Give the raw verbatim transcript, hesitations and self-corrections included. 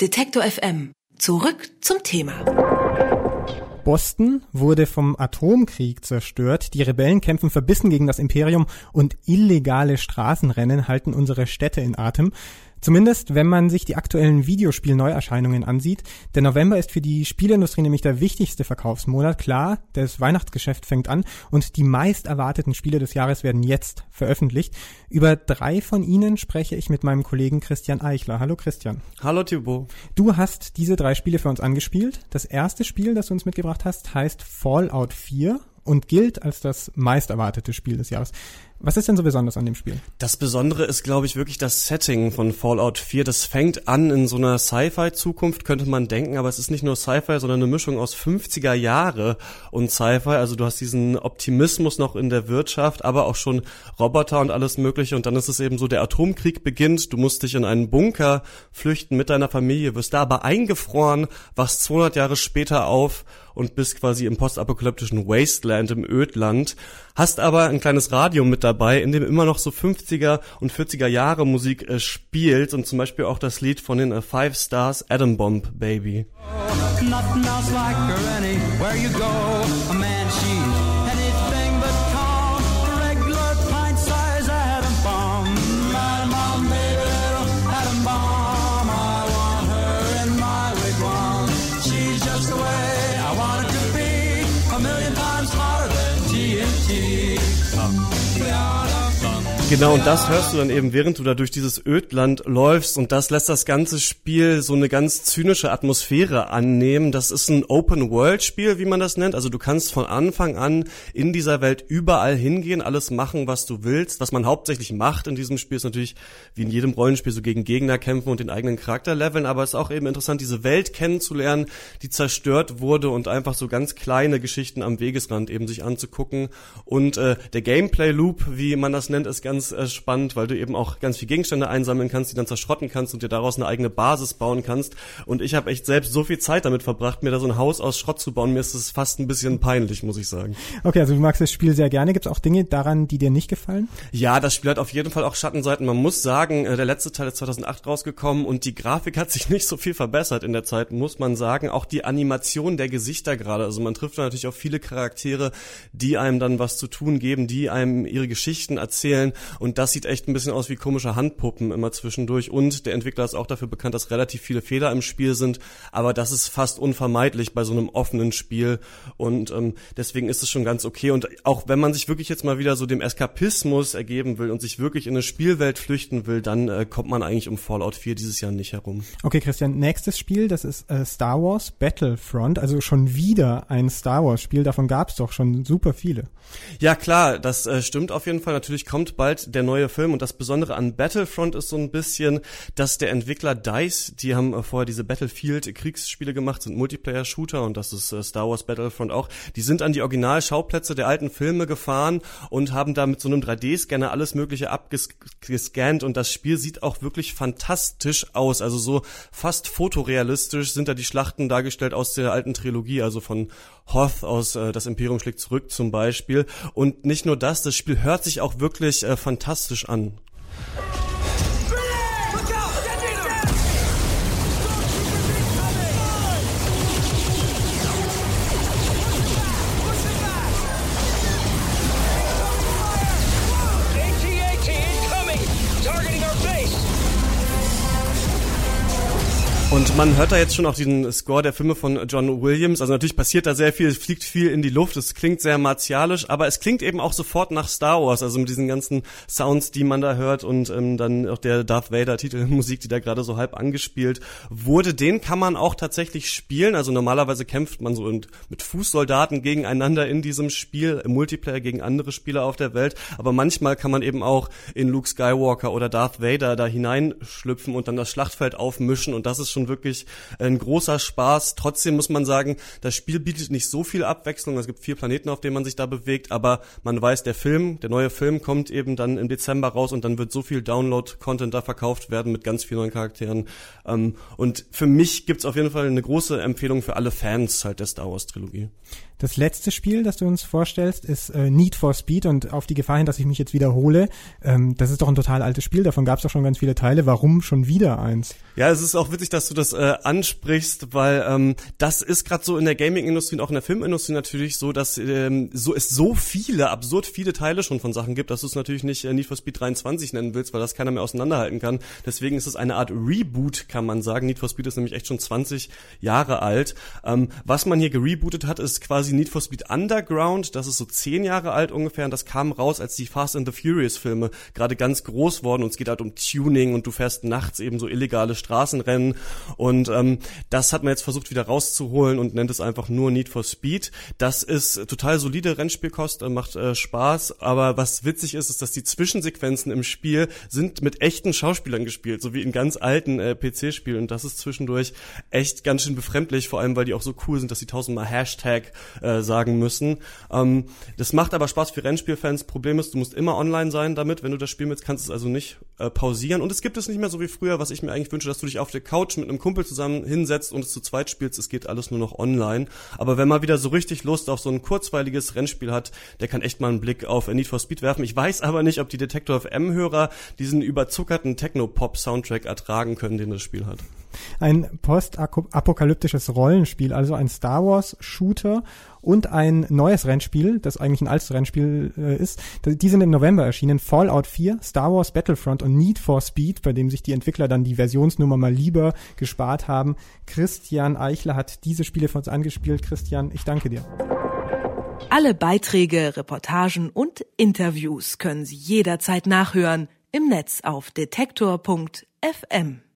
Detektor F M. Zurück zum Thema. Boston wurde vom Atomkrieg zerstört, die Rebellen kämpfen verbissen gegen das Imperium und illegale Straßenrennen halten unsere Städte in Atem. Zumindest, wenn man sich die aktuellen Videospiel-Neuerscheinungen ansieht. Der November ist für die Spieleindustrie nämlich der wichtigste Verkaufsmonat. Klar, das Weihnachtsgeschäft fängt an und die meist erwarteten Spiele des Jahres werden jetzt veröffentlicht. Über drei von ihnen spreche ich mit meinem Kollegen Christian Eichler. Hallo Christian. Hallo Thibaut. Du hast diese drei Spiele für uns angespielt. Das erste Spiel, das du uns mitgebracht hast, heißt Fallout vier und gilt als das meist erwartete Spiel des Jahres. Was ist denn so besonders an dem Spiel? Das Besondere ist, glaube ich, wirklich das Setting von Fallout vier. Das fängt an in so einer Sci-Fi-Zukunft, könnte man denken, aber es ist nicht nur Sci-Fi, sondern eine Mischung aus fünfziger Jahre und Sci-Fi. Also du hast diesen Optimismus noch in der Wirtschaft, aber auch schon Roboter und alles Mögliche. Und dann ist es eben so, der Atomkrieg beginnt, du musst dich in einen Bunker flüchten mit deiner Familie, wirst da aber eingefroren, wachst zweihundert Jahre später auf und bist quasi im postapokalyptischen Wasteland, im Ödland, hast aber ein kleines Radio mit dabei, in dem immer noch so fünfziger und vierziger Jahre Musik äh, spielt und zum Beispiel auch das Lied von den äh, Five Stars, Atom Bomb Baby. Oh, nothing else like her anywhere you go, a man she's anything but calm, a regular pint-sized atom bomb, atom bomb baby, little atom bomb, I want her in my wigwam, she's just the way I want it to be, a million times hotter than T N T. Genau, und das hörst du dann eben, während du da durch dieses Ödland läufst, und das lässt das ganze Spiel so eine ganz zynische Atmosphäre annehmen. Das ist ein Open-World-Spiel, wie man das nennt. Also du kannst von Anfang an in dieser Welt überall hingehen, alles machen, was du willst. Was man hauptsächlich macht in diesem Spiel ist natürlich, wie in jedem Rollenspiel, so gegen Gegner kämpfen und den eigenen Charakter leveln, aber es ist auch eben interessant, diese Welt kennenzulernen, die zerstört wurde, und einfach so ganz kleine Geschichten am Wegesrand eben sich anzugucken. Und äh, der Gameplay-Loop, wie man das nennt, ist ganz spannend, weil du eben auch ganz viel Gegenstände einsammeln kannst, die dann zerschrotten kannst und dir daraus eine eigene Basis bauen kannst. Und ich habe echt selbst so viel Zeit damit verbracht, mir da so ein Haus aus Schrott zu bauen. Mir ist es fast ein bisschen peinlich, muss ich sagen. Okay, also du magst das Spiel sehr gerne. Gibt es auch Dinge daran, die dir nicht gefallen? Ja, das Spiel hat auf jeden Fall auch Schattenseiten. Man muss sagen, der letzte Teil ist zweitausendacht rausgekommen und die Grafik hat sich nicht so viel verbessert in der Zeit, muss man sagen. Auch die Animation der Gesichter gerade. Also man trifft da natürlich auf viele Charaktere, die einem dann was zu tun geben, die einem ihre Geschichten erzählen. Und das sieht echt ein bisschen aus wie komische Handpuppen immer zwischendurch. Und der Entwickler ist auch dafür bekannt, dass relativ viele Fehler im Spiel sind. Aber das ist fast unvermeidlich bei so einem offenen Spiel. Und ähm, deswegen ist es schon ganz okay. Und auch wenn man sich wirklich jetzt mal wieder so dem Eskapismus ergeben will und sich wirklich in eine Spielwelt flüchten will, dann äh, kommt man eigentlich um Fallout vier dieses Jahr nicht herum. Okay, Christian, nächstes Spiel, das ist äh, Star Wars Battlefront. Also schon wieder ein Star Wars Spiel. Davon gab es doch schon super viele. Ja klar, das äh, stimmt auf jeden Fall. Natürlich kommt bald der neue Film, und das Besondere an Battlefront ist so ein bisschen, dass der Entwickler DICE, die haben äh, vorher diese Battlefield-Kriegsspiele gemacht, sind Multiplayer-Shooter, und das ist äh, Star Wars Battlefront auch, die sind an die Originalschauplätze der alten Filme gefahren und haben da mit so einem drei D-Scanner alles Mögliche abgescannt, und das Spiel sieht auch wirklich fantastisch aus, also so fast fotorealistisch sind da die Schlachten dargestellt aus der alten Trilogie, also von Hoth aus äh, Das Imperium schlägt zurück zum Beispiel. Und nicht nur das, das Spiel hört sich auch wirklich äh, fantastisch an. Und man hört da jetzt schon auch diesen Score der Filme von John Williams. Also natürlich passiert da sehr viel, es fliegt viel in die Luft, es klingt sehr martialisch, aber es klingt eben auch sofort nach Star Wars, also mit diesen ganzen Sounds, die man da hört, und ähm, dann auch der Darth Vader Titelmusik, die da gerade so halb angespielt wurde. Den kann man auch tatsächlich spielen. Also normalerweise kämpft man so mit Fußsoldaten gegeneinander in diesem Spiel, im Multiplayer gegen andere Spieler auf der Welt. Aber manchmal kann man eben auch in Luke Skywalker oder Darth Vader da hineinschlüpfen und dann das Schlachtfeld aufmischen, und das ist schon wirklich ein großer Spaß. Trotzdem muss man sagen, das Spiel bietet nicht so viel Abwechslung. Es gibt vier Planeten, auf denen man sich da bewegt, aber man weiß, der Film, der neue Film kommt eben dann im Dezember raus, und dann wird so viel Download-Content da verkauft werden mit ganz vielen neuen Charakteren. Und für mich gibt's auf jeden Fall eine große Empfehlung für alle Fans halt der Star Wars-Trilogie. Das letzte Spiel, das du uns vorstellst, ist äh, Need for Speed, und auf die Gefahr hin, dass ich mich jetzt wiederhole, ähm, das ist doch ein total altes Spiel, davon gab es doch schon ganz viele Teile. Warum schon wieder eins? Ja, es ist auch witzig, dass du das das äh, ansprichst, weil ähm, das ist gerade so in der Gaming-Industrie und auch in der Filmindustrie natürlich so, dass ähm, so es so viele, absurd viele Teile schon von Sachen gibt, dass du es natürlich nicht äh, Need for Speed dreiundzwanzig nennen willst, weil das keiner mehr auseinanderhalten kann. Deswegen ist es eine Art Reboot, kann man sagen. Need for Speed ist nämlich echt schon zwanzig Jahre alt. Ähm, was man hier gerebootet hat, ist quasi Need for Speed Underground. Das ist so zehn Jahre alt ungefähr und das kam raus, als die Fast and the Furious Filme gerade ganz groß wurden und es geht halt um Tuning und du fährst nachts eben so illegale Straßenrennen und ähm, das hat man jetzt versucht wieder rauszuholen und nennt es einfach nur Need for Speed. Das ist total solide Rennspielkost, äh, macht äh, Spaß, aber was witzig ist, ist, dass die Zwischensequenzen im Spiel sind mit echten Schauspielern gespielt, so wie in ganz alten äh, P C-Spielen und das ist zwischendurch echt ganz schön befremdlich, vor allem weil die auch so cool sind, dass sie tausendmal Hashtag äh, sagen müssen. Ähm, das macht aber Spaß für Rennspielfans. Problem ist, du musst immer online sein damit, wenn du das Spiel mit kannst, es also nicht äh, pausieren und es gibt es nicht mehr so wie früher, was ich mir eigentlich wünsche, dass du dich auf der Couch mit einem Kumpel zusammen hinsetzt und es zu zweit spielst, es geht alles nur noch online. Aber wenn man wieder so richtig Lust auf so ein kurzweiliges Rennspiel hat, der kann echt mal einen Blick auf Need for Speed werfen. Ich weiß aber nicht, ob die Detektor F M-Hörer diesen überzuckerten Techno-Pop-Soundtrack ertragen können, den das Spiel hat. Ein postapokalyptisches Rollenspiel, also ein Star Wars Shooter und ein neues Rennspiel, das eigentlich ein altes Rennspiel äh, ist. Die sind im November erschienen. Fallout vier, Star Wars Battlefront und Need for Speed, bei dem sich die Entwickler dann die Versionsnummer mal lieber gespart haben. Christian Eichler hat diese Spiele für uns angespielt. Christian, ich danke dir. Alle Beiträge, Reportagen und Interviews können Sie jederzeit nachhören im Netz auf detektor punkt f m.